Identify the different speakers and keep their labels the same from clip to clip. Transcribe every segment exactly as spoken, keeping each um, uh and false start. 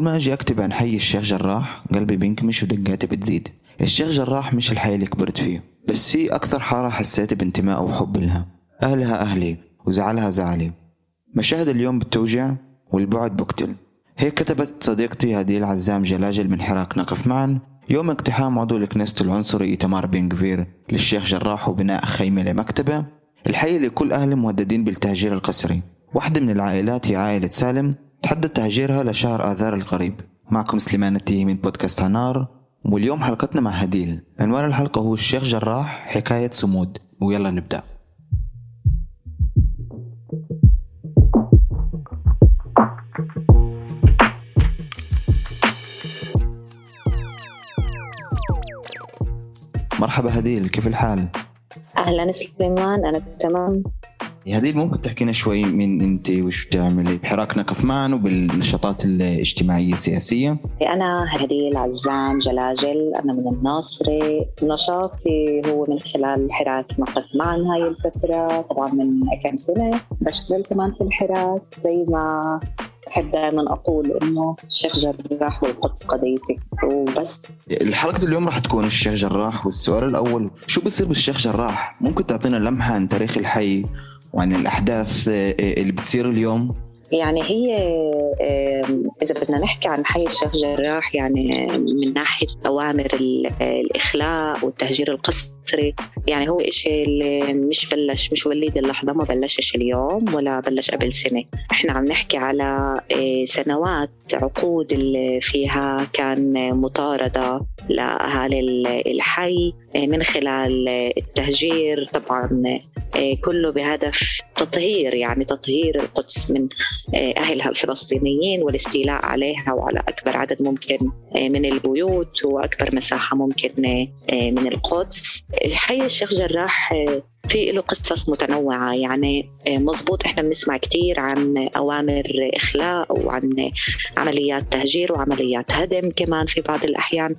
Speaker 1: كل ما أجي أكتب عن حي الشيخ جراح قلبي بينكمش ودقاتي بتزيد. الشيخ جراح مش الحي اللي كبرت فيه، بس هي أكثر حارة حسيت بانتماء وحب لها. أهلها أهلي وزعلها زعلي. مشاهد اليوم بتوجع والبعد بقتل. هيك كتبت صديقتي هديل عزام جلاجل من حراك نقف معا يوم اقتحام عضو الكنيسة العنصري إيتمار بن غفير للشيخ جراح وبناء خيمة لمكتبة. الحي اللي كل أهله مهددين بالتهجير القسري. واحدة من العائلات هي عائلة سالم تحدد تهجيرها لشهر آذار القريب. معكم سليمان التيهي من بودكاست عنار، واليوم حلقتنا مع هديل. عنوان الحلقة هو الشيخ جراح حكاية صمود، ويلا نبدأ. مرحبا هديل، كيف الحال؟
Speaker 2: أهلا سليمان، أنا تمام.
Speaker 1: هديل، ممكن تحكينا شوي من أنت وش تعملي بحراك نقف معا وبالنشاطات الاجتماعية السياسية؟
Speaker 2: أنا هديل عزام جلاجل، أنا من الناصري. نشاطي هو من خلال حراك نقف معا هاي الفترة، طبعا من كم سنة بشتغل كمان في الحراك. زي ما أحب دائما أقول إنه الشيخ جراح والقدس قضيتي وبس.
Speaker 1: الحلقة اليوم راح تكون الشيخ جراح، والسؤال الأول شو بيصير بالشيخ جراح؟ ممكن تعطينا لمحة عن تاريخ الحي وعن الأحداث اللي بتصير اليوم؟
Speaker 2: يعني هي إذا بدنا نحكي عن حي الشيخ جراح، يعني من ناحية أوامر الإخلاء والتهجير القسري، يعني هو إشي اللي مش بلش مش وليد اللحظة، ما بلشش اليوم ولا بلش قبل سنة. إحنا عم نحكي على سنوات، عقود اللي فيها كان مطاردة لأهالي الحي من خلال التهجير، طبعا كله بهدف تطهير، يعني تطهير القدس من أهلها الفلسطينيين والاستيلاء عليها وعلى أكبر عدد ممكن من البيوت وأكبر مساحة ممكن من القدس. حي الشيخ جراح في له قصص متنوعة، يعني مزبوط إحنا بنسمع كتير عن أوامر إخلاء وعن عمليات تهجير وعمليات هدم كمان في بعض الأحيان،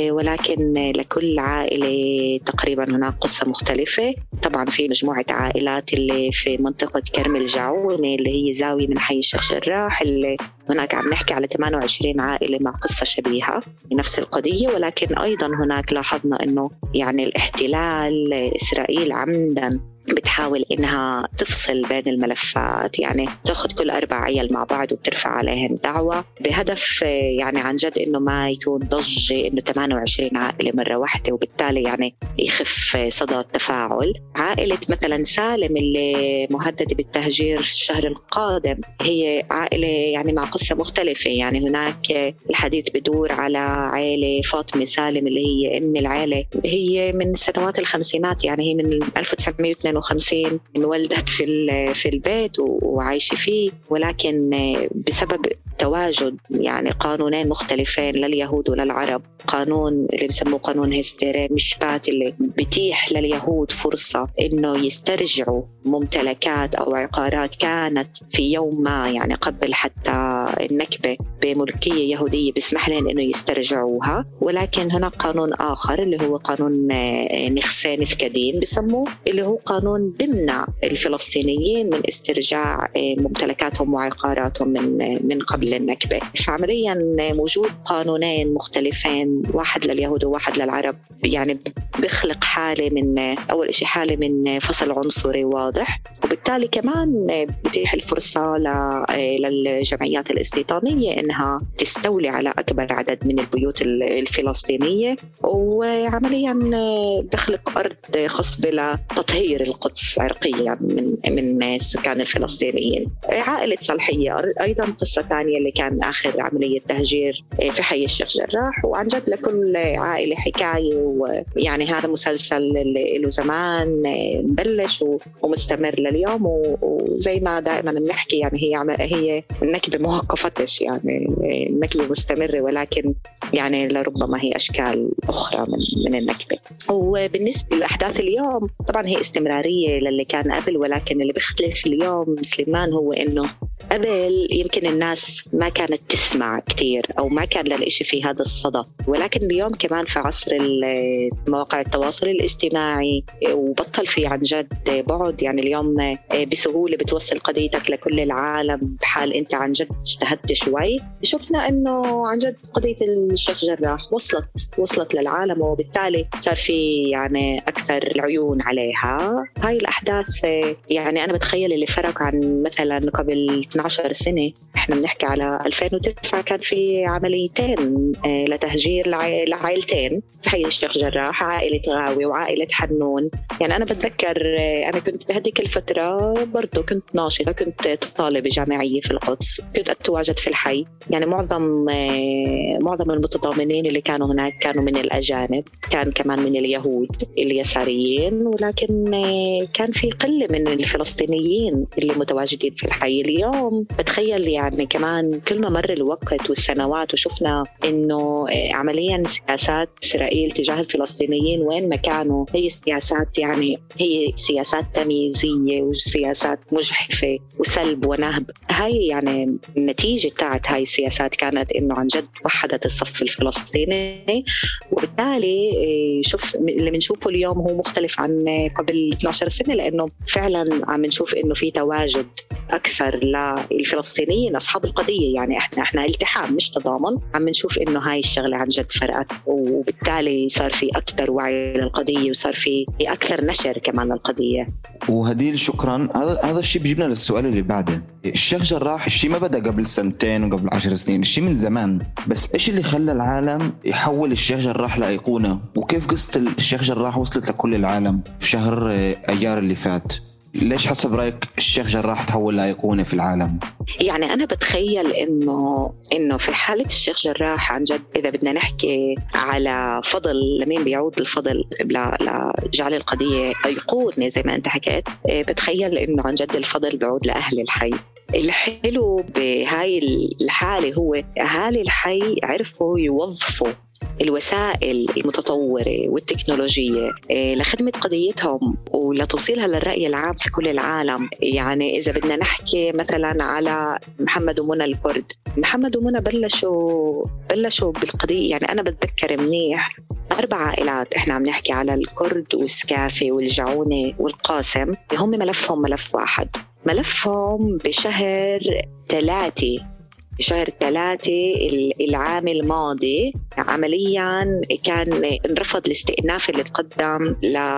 Speaker 2: ولكن لكل عائلة تقريبا هناك قصة مختلفة. طبعا في مجموعة عائلات اللي في منطقة كرم الجعونة اللي هي زاوية من حي الشيخ جراح، اللي هناك عم نحكي على ثمانية وعشرين عائلة مع قصة شبيهة بنفس القضية. ولكن أيضا هناك لاحظنا أنه يعني الاحتلال إسرائيل عمدا بتحاول إنها تفصل بين الملفات، يعني تأخذ كل أربع عيال مع بعض وبترفع عليهم دعوة بهدف يعني عن جد إنه ما يكون ضجة إنه ثمانية وعشرين عائلة مرة واحدة، وبالتالي يعني يخف صدى التفاعل. عائلة مثلا سالم اللي مهددة بالتهجير الشهر القادم هي عائلة يعني مع قصة مختلفة. يعني هناك الحديث بدور على عائلة فاطمة سالم اللي هي أم العائلة، هي من سنوات الخمسينات، يعني هي من ألف وتسعمائة واثنين وخمسين انولدت في في البيت وعايشة فيه، ولكن بسبب تواجد يعني قانونين مختلفين لليهود وللعرب، قانون اللي بسموه قانون هستيري مشبات اللي بتيح لليهود فرصة إنه يسترجعوا ممتلكات أو عقارات كانت في يوم ما، يعني قبل حتى النكبة، بملكية يهودية بيسمح لهم إنه يسترجعوها. ولكن هناك قانون آخر اللي هو قانون نخسة نفكدين بسموه، اللي هو قانون بمنع الفلسطينيين من استرجاع ممتلكاتهم وعقاراتهم من من قبل النكبة. فعمليا وجود قانونين مختلفين، واحد لليهود وواحد للعرب، يعني بيخلق حالة من أول شيء حالة من فصل عنصري واضح، وبالتالي كمان بتيح الفرصة للجمعيات الاستيطانية إنها تستولي على أكبر عدد من البيوت الفلسطينية، وعمليا بخلق أرض خصبة لتطهير القدس عرقيا من من السكان الفلسطينيين. عائلة صالحية أيضا قصة ثانية اللي كان آخر عملية تهجير في حي الشيخ جراح، وعن جد لكل عائلة حكاية. ويعني هذا مسلسل له زمان مبلش ومستمر لليوم، وزي ما دائما بنحكي يعني هي هي النكبة ما وقفتش، يعني النكبة مستمرة، ولكن يعني لربما هي أشكال أخرى من من النكبة. وبالنسبة للأحداث اليوم طبعا هي استمرارية للي كان قبل، ولكن اللي بيختلف اليوم سليمان هو إنه قبل يمكن الناس ما كانت تسمع كتير أو ما كان للإشي في هذا الصدى، ولكن اليوم كمان في عصر مواقع التواصل الاجتماعي وبطل في عن جد بعد، يعني اليوم بسهولة بتوصل قضيتك لكل العالم بحال أنت عن جد اجتهدت شوي. شفنا إنه عن جد قضية الشيخ جراح وصلت وصلت للعالم، وبالتالي صار في يعني أكثر العيون عليها. هاي الأحداث يعني أنا بتخيل اللي فرق عن مثلا قبل اثني عشر سنة، إحنا بنحكي على ألفين وتسعة كان في عمليتين لتهجير لعائلتين في حي الشيخ جراح، عائلة غاوي وعائلة حنون. يعني أنا بتذكر أنا كنت بهديك الفترة برضو كنت ناشطة، كنت طالبة جامعية في القدس، كنت أتواجد في الحي. يعني معظم معظم المتضامنين اللي كانوا هناك كانوا من الأجانب، كان كمان من اليهود اليساريين، ولكن كان في قلة من الفلسطينيين اللي متواجدين في الحي. اليوم بتخيل يعني كمان كل ما مر الوقت والسنوات وشفنا إنه عمليا سياسات إسرائيل تجاه الفلسطينيين وين ما كانوا هي سياسات يعني هي سياسات تمييزية وسياسات مجحفة وسلب ونهب. هاي يعني النتيجة بتاعت هاي السياسات كانت إنه عن جد وحدت الصف الفلسطيني، وبالتالي شوف اللي بنشوفه اليوم هو مختلف عن قبل اثني عشر سنة، لأنه فعلا عم نشوف إنه في تواجد أكثر للفلسطينيين أصحاب القضية. يعني إحنا إحنا التحام مش تضامن، عم نشوف إنه هاي الشغلة عن جد فرقت، وبالتالي صار في أكثر وعي للقضية وصار في أكثر نشر كمان للقضية.
Speaker 1: وهديل شكرا. هذا هذا الشيء بيجيبنا للسؤال اللي بعده. الشيخ جراح الشيء ما بدأ قبل سنتين وقبل عشر سنين، الشيء من زمان، بس إيش اللي خلى العالم يحول الشيخ جراح لأيقونة؟ وكيف قصة الشيخ جراح وصلت لكل العالم في شهر أيار اللي فات؟ ليش حسب رأيك الشيخ جراح تحول لأيقونة في العالم؟
Speaker 2: يعني أنا بتخيل إنه إنه في حالة الشيخ جراح عن جد إذا بدنا نحكي على فضل، لمين بيعود الفضل لجعل القضية أيقونة زي ما أنت حكيت، بتخيل إنه عن جد الفضل بيعود لأهل الحي. الحلو بهاي الحالة هو أهالي الحي عرفوا يوظفوا الوسائل المتطورة والتكنولوجية لخدمة قضيتهم ولتوصيلها للرأي العام في كل العالم. يعني إذا بدنا نحكي مثلا على محمد ومنى الكرد، محمد ومنى بلشوا بلشوا بالقضية. يعني أنا بتذكر منيح أربع عائلات، إحنا عم نحكي على الكرد والسكافي والجعونة والقاسم، هم ملفهم ملف واحد، ملفهم بشهر ثلاثة بشهر ثلاثة العام الماضي عمليا كان انرفض الاستئناف اللي تقدم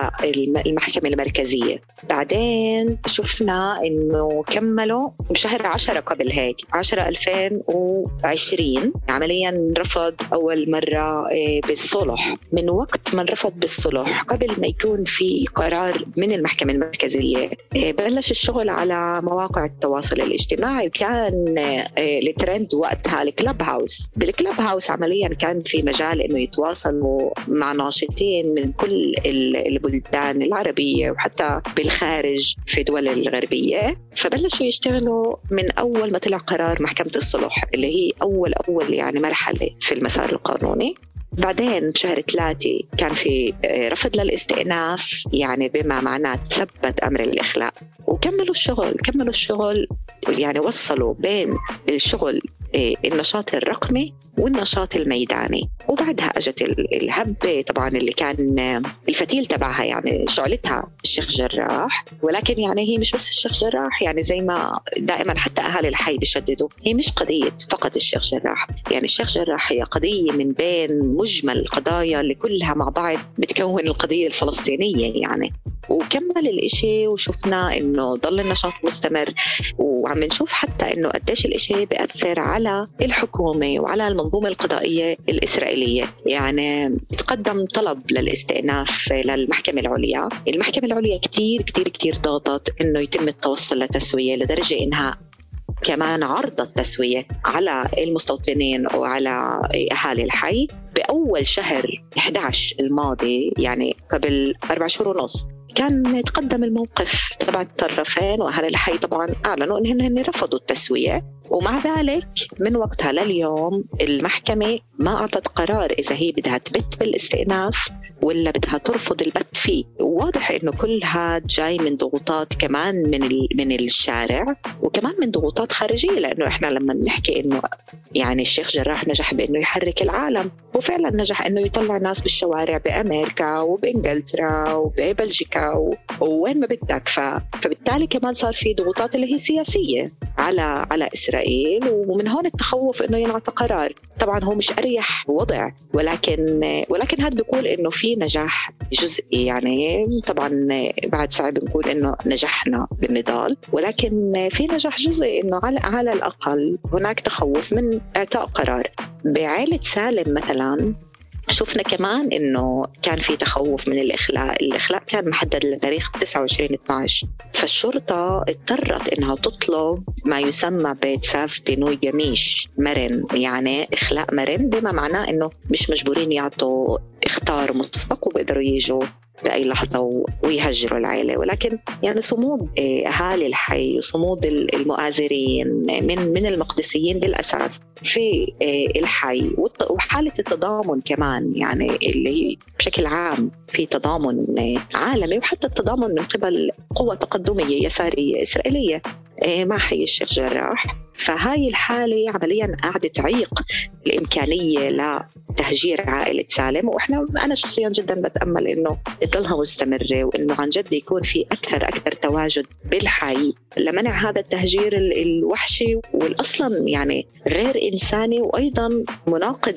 Speaker 2: للمحكمة المركزية. بعدين شفنا انه كملوا بشهر عشرة قبل هيك عشرة ألفين وعشرين عمليا انرفض اول مرة بالصلح. من وقت ما انرفض بالصلح قبل ما يكون في قرار من المحكمة المركزية بلش الشغل على مواقع التواصل الاجتماعي، وكان الترند وقتها الكلاب هاوس. بالكلاب هاوس عمليا كان في مجال انه يتواصلوا مع ناشطين من كل البلدان العربية وحتى بالخارج في دول الغربية، فبلشوا يشتغلوا من اول ما طلع قرار محكمة الصلح اللي هي اول اول يعني مرحلة في المسار القانوني. بعدين بشهر ثلاثة كان في رفض للاستئناف، يعني بما معناه ثبت أمر الإخلاء، وكملوا الشغل كملوا الشغل يعني وصلوا بين الشغل النشاط الرقمي والنشاط الميداني. وبعدها أجت الهبة طبعا اللي كان الفتيل تبعها يعني شعلتها الشيخ جراح، ولكن يعني هي مش بس الشيخ جراح، يعني زي ما دائما حتى أهل الحي بيشددوا هي مش قضية فقط الشيخ جراح، يعني الشيخ جراح هي قضية من بين مجمل القضايا اللي كلها مع بعض بتكون القضية الفلسطينية يعني. وكمل الإشي وشفنا إنه ضل النشاط مستمر، وعم نشوف حتى إنه قديش الإشي بيأثر على الحكومة وعلى المنظومة القضائية الإسرائيلية. يعني تقدم طلب للاستئناف للمحكمة العليا، المحكمة العليا كتير كتير كتير ضغطت إنه يتم التوصل لتسوية، لدرجة إنها كمان عرض التسوية على المستوطنين وعلى أهالي الحي بأول شهر أحد عشر الماضي، يعني قبل أربع شهور ونص كان يتقدم الموقف تبع الطرفين، وأهل الحي طبعا أعلنوا إنهم رفضوا التسوية ومع ذلك من وقتها لليوم المحكمة ما أعطت قرار إذا هي بدها تبت بالاستئناف ولا بدها ترفض البت فيه. واضح إنه كل هذا جاي من ضغوطات كمان من من الشارع وكمان من ضغوطات خارجية، لأنه إحنا لما بنحكي إنه يعني الشيخ جراح نجح بإنه يحرك العالم، وفعلا نجح إنه يطلع ناس بالشوارع بأمريكا وبإنجلترا وببلجيكا ووين ما بدك. فبالتالي كمان صار في ضغوطات اللي هي سياسية على على إسرائيل، ومن هون التخوف إنه ينعطى قرار. طبعا هو مش أريح وضع، ولكن ولكن هذا بيقول إنه في نجاح جزئي. يعني طبعا بعد صعب نقول إنه نجحنا بالنضال، ولكن في نجاح جزئي إنه على على الأقل هناك تخوف من إعطاء قرار. بعائلة سالم مثلا شفنا كمان إنه كان في تخوف من الإخلاء. الإخلاء كان محدد لتاريخ تسعة وعشرين اثنا عشر، فالشرطة اضطرت إنها تطلب ما يسمى بتساف بينوي جميش مرن، يعني إخلاء مرن، بما معناه إنه مش مجبورين يعطوا اختار مسبق وبيقدروا يجوا بأي لحظة ويهجروا العائلة. ولكن يعني صمود أهالي الحي وصمود المؤازرين من من المقدسيين بالأساس في الحي، وحالة التضامن كمان، يعني اللي بشكل عام في تضامن عالمي، وحتى التضامن من قبل قوة تقدمية يسارية إسرائيلية مع حي الشيخ جراح. فهاي الحالة عمليا قاعدة تعيق الإمكانية لتهجير عائلة سالم. وإحنا أنا شخصيا جدا بتأمل إنه تضلها مستمرة، وإنه عن جد يكون في أكثر أكثر تواجد بالحي لمنع هذا التهجير الوحشي والأصلا يعني غير إنساني، وأيضا مناقض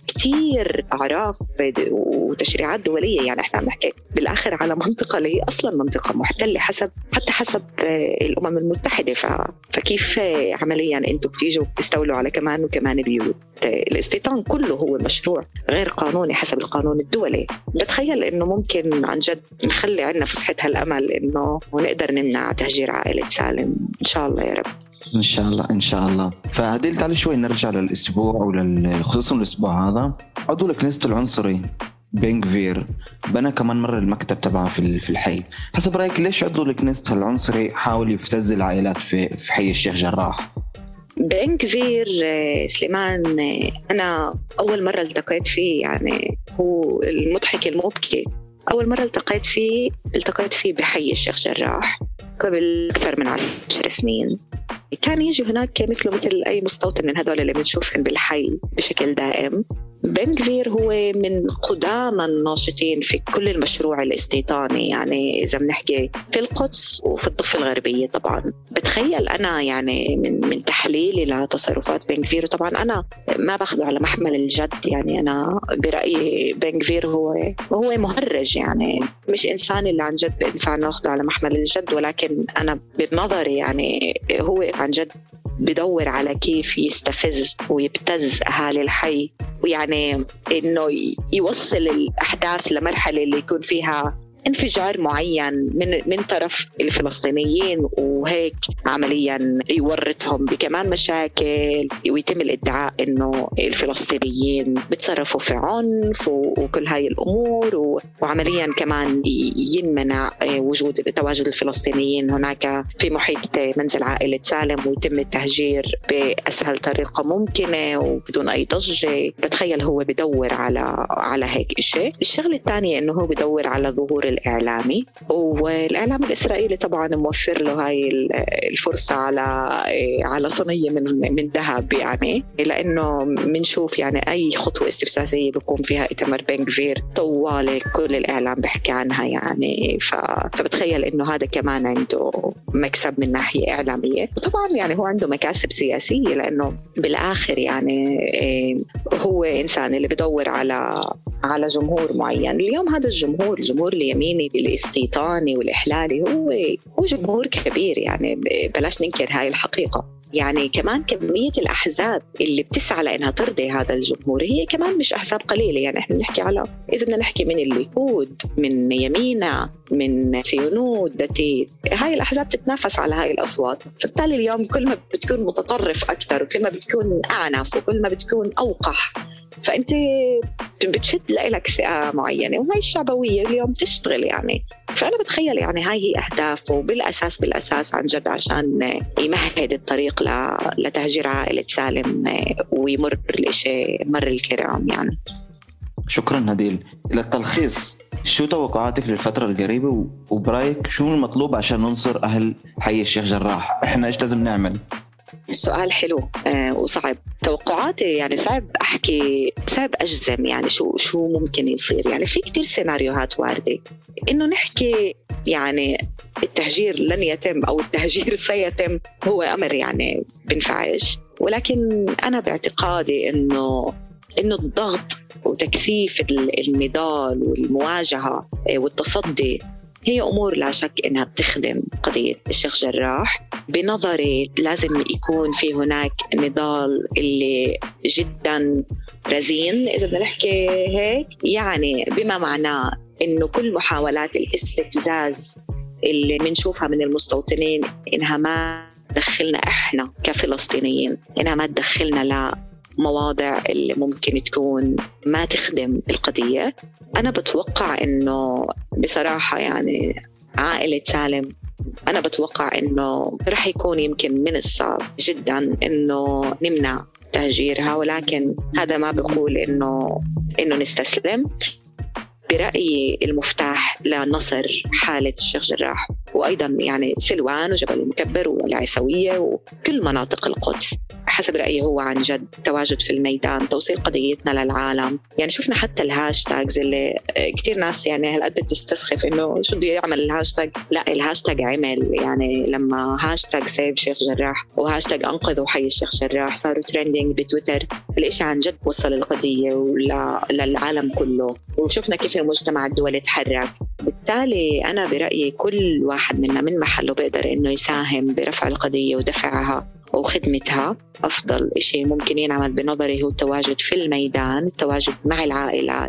Speaker 2: لكتير أعراف وتشريعات دولية. يعني إحنا بنحكي بالآخر على منطقة اللي هي أصلا منطقة محتلة حسب حتى حسب الأمم المتحدة. فكيف عمليا أنتوا بتيجوا بتستولوا على كمان وكمان بيوت؟ الاستيطان كله هو مشروع غير قانوني حسب القانون الدولي. بتخيل إنه ممكن عن جد نخلي عنا فسحة هالأمل إنه نقدر نمنع تهجير عائلة سالم إن شاء الله يا رب.
Speaker 1: إن شاء الله إن شاء الله. فعديل تعالي شوي نرجع للأسبوع ولخصوصا الأسبوع هذا. عضو الكنيسة العنصري بن غفير بنى كمان مرة المكتب تبعه في في الحي. حسب رأيك ليش عضو الكنيسة العنصري حاول يبتز العائلات في في حي الشيخ جراح؟
Speaker 2: بن غفير سليمان أنا أول مرة التقيت فيه، يعني هو المضحك المبكي، أول مرة التقيت فيه التقيت فيه بحي الشيخ جراح قبل أكثر من عشر سنين. كان يجي هناك مثله مثل أي مستوطن من هذول اللي بنشوفهم بالحي بشكل دائم. بن غفير هو من قدامى الناشطين في كل المشروع الاستيطاني، يعني إذا بنحكي في القدس وفي الضفة الغربية. طبعا بتخيل أنا يعني من من تحليلي لتصرفات بن غفير، طبعا أنا ما باخده على محمل الجد، يعني أنا برأيي بن غفير هو هو مهرج، يعني مش إنسان اللي عن جد بينفع ناخده على محمل الجد. ولكن أنا بنظري يعني هو عن جد بدور على كيف يستفز ويبتز أهالي الحي، ويعني إنه يوصل الأحداث لمرحلة اللي يكون فيها انفجار معين من من طرف الفلسطينيين، وهيك عمليا يورطهم بكمان مشاكل، ويتم الادعاء انه الفلسطينيين بتصرفوا في عنف وكل هاي الامور، وعمليا كمان ينمنع وجود تواجد الفلسطينيين هناك في محيط منزل عائلة سالم، ويتم التهجير باسهل طريقة ممكنة وبدون اي ضجة. بتخيل هو بدور على على هيك شيء. الشغلة الثانية انه هو بدور على ظهور الإعلامي، والإعلام الإسرائيلي طبعا موفر له هاي الفرصة على على صينية من من ذهب، يعني لأنه منشوف يعني أي خطوة استفزازية بيقوم فيها إتمار بن غفير طوال كل الإعلام بحكي عنها، يعني فبتخيل إنه هذا كمان عنده مكسب من ناحية إعلامية. وطبعا يعني هو عنده مكاسب سياسية، لأنه بالآخر يعني هو إنسان اللي بدور على على جمهور معين. اليوم هذا الجمهور الجمهور اليميني الاستيطاني والإحلالي هو هو جمهور كبير، يعني بلاش ننكر هاي الحقيقة. يعني كمان كمية الأحزاب اللي بتسعى لأنها ترضي هذا الجمهور هي كمان مش أحزاب قليلة. يعني إحنا نحكي على إذا بدنا نحكي من الليكود، من يمينة، من سيونود دتي، هاي الأحزاب تتنافس على هاي الأصوات. فبالتالي اليوم كل ما بتكون متطرف أكثر، وكل ما بتكون أعنف، وكل ما بتكون أوقح، فأنت بتشد لك فئة معينة، وهي الشعبوية اليوم تشتغل يعني. فأنا بتخيل يعني هاي هي أهدافه بالأساس بالأساس عن جد، عشان يمهد الطريق لتهجير عائلة سالم ويمر الإشي مر الكرام يعني.
Speaker 1: شكرا هديل. إلى التلخيص، شو توقعاتك للفترة القريبة، وبرايك شو المطلوب عشان ننصر أهل حي الشيخ جراح؟ إحنا إيش لازم نعمل؟
Speaker 2: السؤال حلو آه وصعب. توقعاتي يعني صعب أحكي، صعب أجزم يعني شو شو ممكن يصير. يعني في كتير سيناريوهات واردة إنه نحكي يعني التهجير لن يتم أو التهجير سيتم، هو أمر يعني بنفعش. ولكن أنا باعتقادي إنه إنه الضغط وتكثيف النضال والمواجهة والتصدي هي أمور لا شك إنها بتخدم قضية الشيخ جراح. بنظري لازم يكون في هناك نضال اللي جدا رزين إذا بدنا نحكي هيك، يعني بما معناه إنه كل محاولات الاستفزاز اللي منشوفها من المستوطنين إنها ما تدخلنا إحنا كفلسطينيين، إنها ما تدخلنا لا مواضع اللي ممكن تكون ما تخدم القضية. أنا بتوقع إنه بصراحة يعني عائلة سالم، أنا بتوقع إنه رح يكون يمكن من الصعب جدا إنه نمنع تهجيرها، ولكن هذا ما بقول إنه إنه نستسلم. برأيي المفتاح لنصر حالة الشيخ جراح وأيضا يعني سلوان وجبل المكبر والعيسوية وكل مناطق القدس، حسب رأيي هو عن جد تواجد في الميدان، توصيل قضيتنا للعالم. يعني شفنا حتى الهاشتاجز اللي كتير ناس يعني هالقد تستسخف إنه شو بده يعمل الهاشتاج. لا، الهاشتاج عمل. يعني لما هاشتاج سيف شيخ جراح وهاشتاج أنقذوا حي الشيخ جراح صاروا ترندينج بتويتر، الإشي عن جد وصل القضية للعالم كله، وشفنا كيف المجتمع الدولي تحرك. بالتالي أنا برأيي كل واحد منا من محله بيقدر إنه يساهم برفع القضية ودفعها وخدمتها. أفضل إشي ممكن ينعمل بنظري هو التواجد في الميدان، التواجد مع العائلات،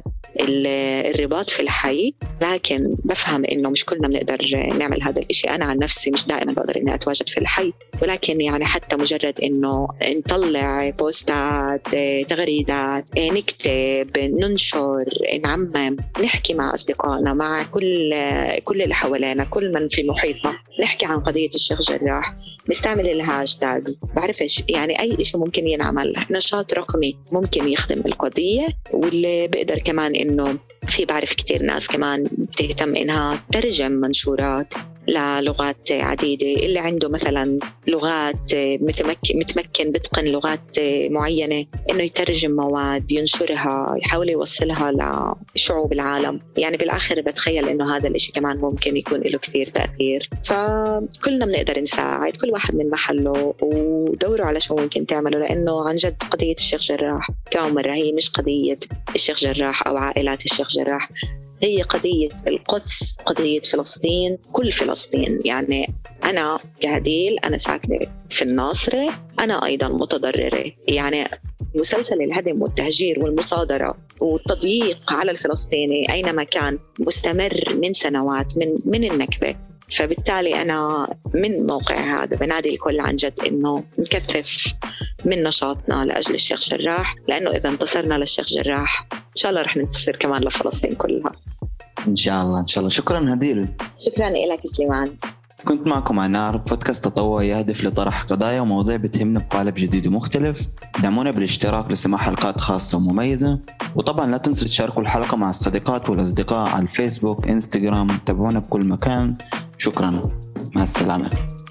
Speaker 2: الرباط في الحي. لكن بفهم إنه مش كلنا بنقدر نعمل هذا الإشي. أنا عن نفسي مش دائما بقدر إني أتواجد في الحي، ولكن يعني حتى مجرد إنه نطلع بوستات، تغريدات، نكتب، ننشر، نعمم، نحكي مع أصدقائنا، مع كل كل اللي حوالينا، كل من في محيطنا، نحكي عن قضية الشيخ جراح، نستعمل الهاشتاجز، بعرفش يعني أي إشي ممكن ينعمل. نشاط رقمي ممكن يخدم القضية. واللي بقدر كمان إنه في بعرف كتير ناس كمان بتهتم إنها ترجم منشورات للغات عديدة. اللي عنده مثلا لغات متمكن متمكن بتقن لغات معينة إنه يترجم مواد، ينشرها، يحاول يوصلها لشعوب العالم. يعني بالآخر بتخيل إنه هذا الإشي كمان ممكن يكون له كثير تأثير. فكلنا بنقدر نساعد، كل واحد من محله ودوروا على شو ممكن تعملوا، لأنه عن جد قضية الشيخ جراح كم مرة هي مش قضية الشيخ جراح أو عائلات الشيخ جراح، هي قضية القدس، قضية فلسطين، كل فلسطين. يعني أنا كهديل أنا ساكنة في الناصرة، أنا أيضا متضررة. يعني مسلسل الهدم والتهجير والمصادرة والتضييق على الفلسطيني أينما كان مستمر من سنوات من من النكبة. فبالتالي أنا من موقع هذا بنادي الكل عن جد إنه نكثف من نشاطنا لأجل الشيخ جراح، لأنه إذا انتصرنا للشيخ جراح إن شاء الله رح ننتصر كمان لفلسطين كلها
Speaker 1: إن شاء الله. إن شاء الله. شكرا هديل.
Speaker 2: شكرا لك سليمان.
Speaker 1: كنت معكم عنار، بودكاست تطوعي يهدف لطرح قضايا ومواضيع بتهمنا بقالب جديد ومختلف. دعمونا بالاشتراك لسماع حلقات خاصة ومميزة، وطبعا لا تنسوا تشاركوا الحلقة مع الصديقات والأصدقاء على الفيسبوك، إنستغرام، تابعونا بكل مكان. شكرا، مع السلامة.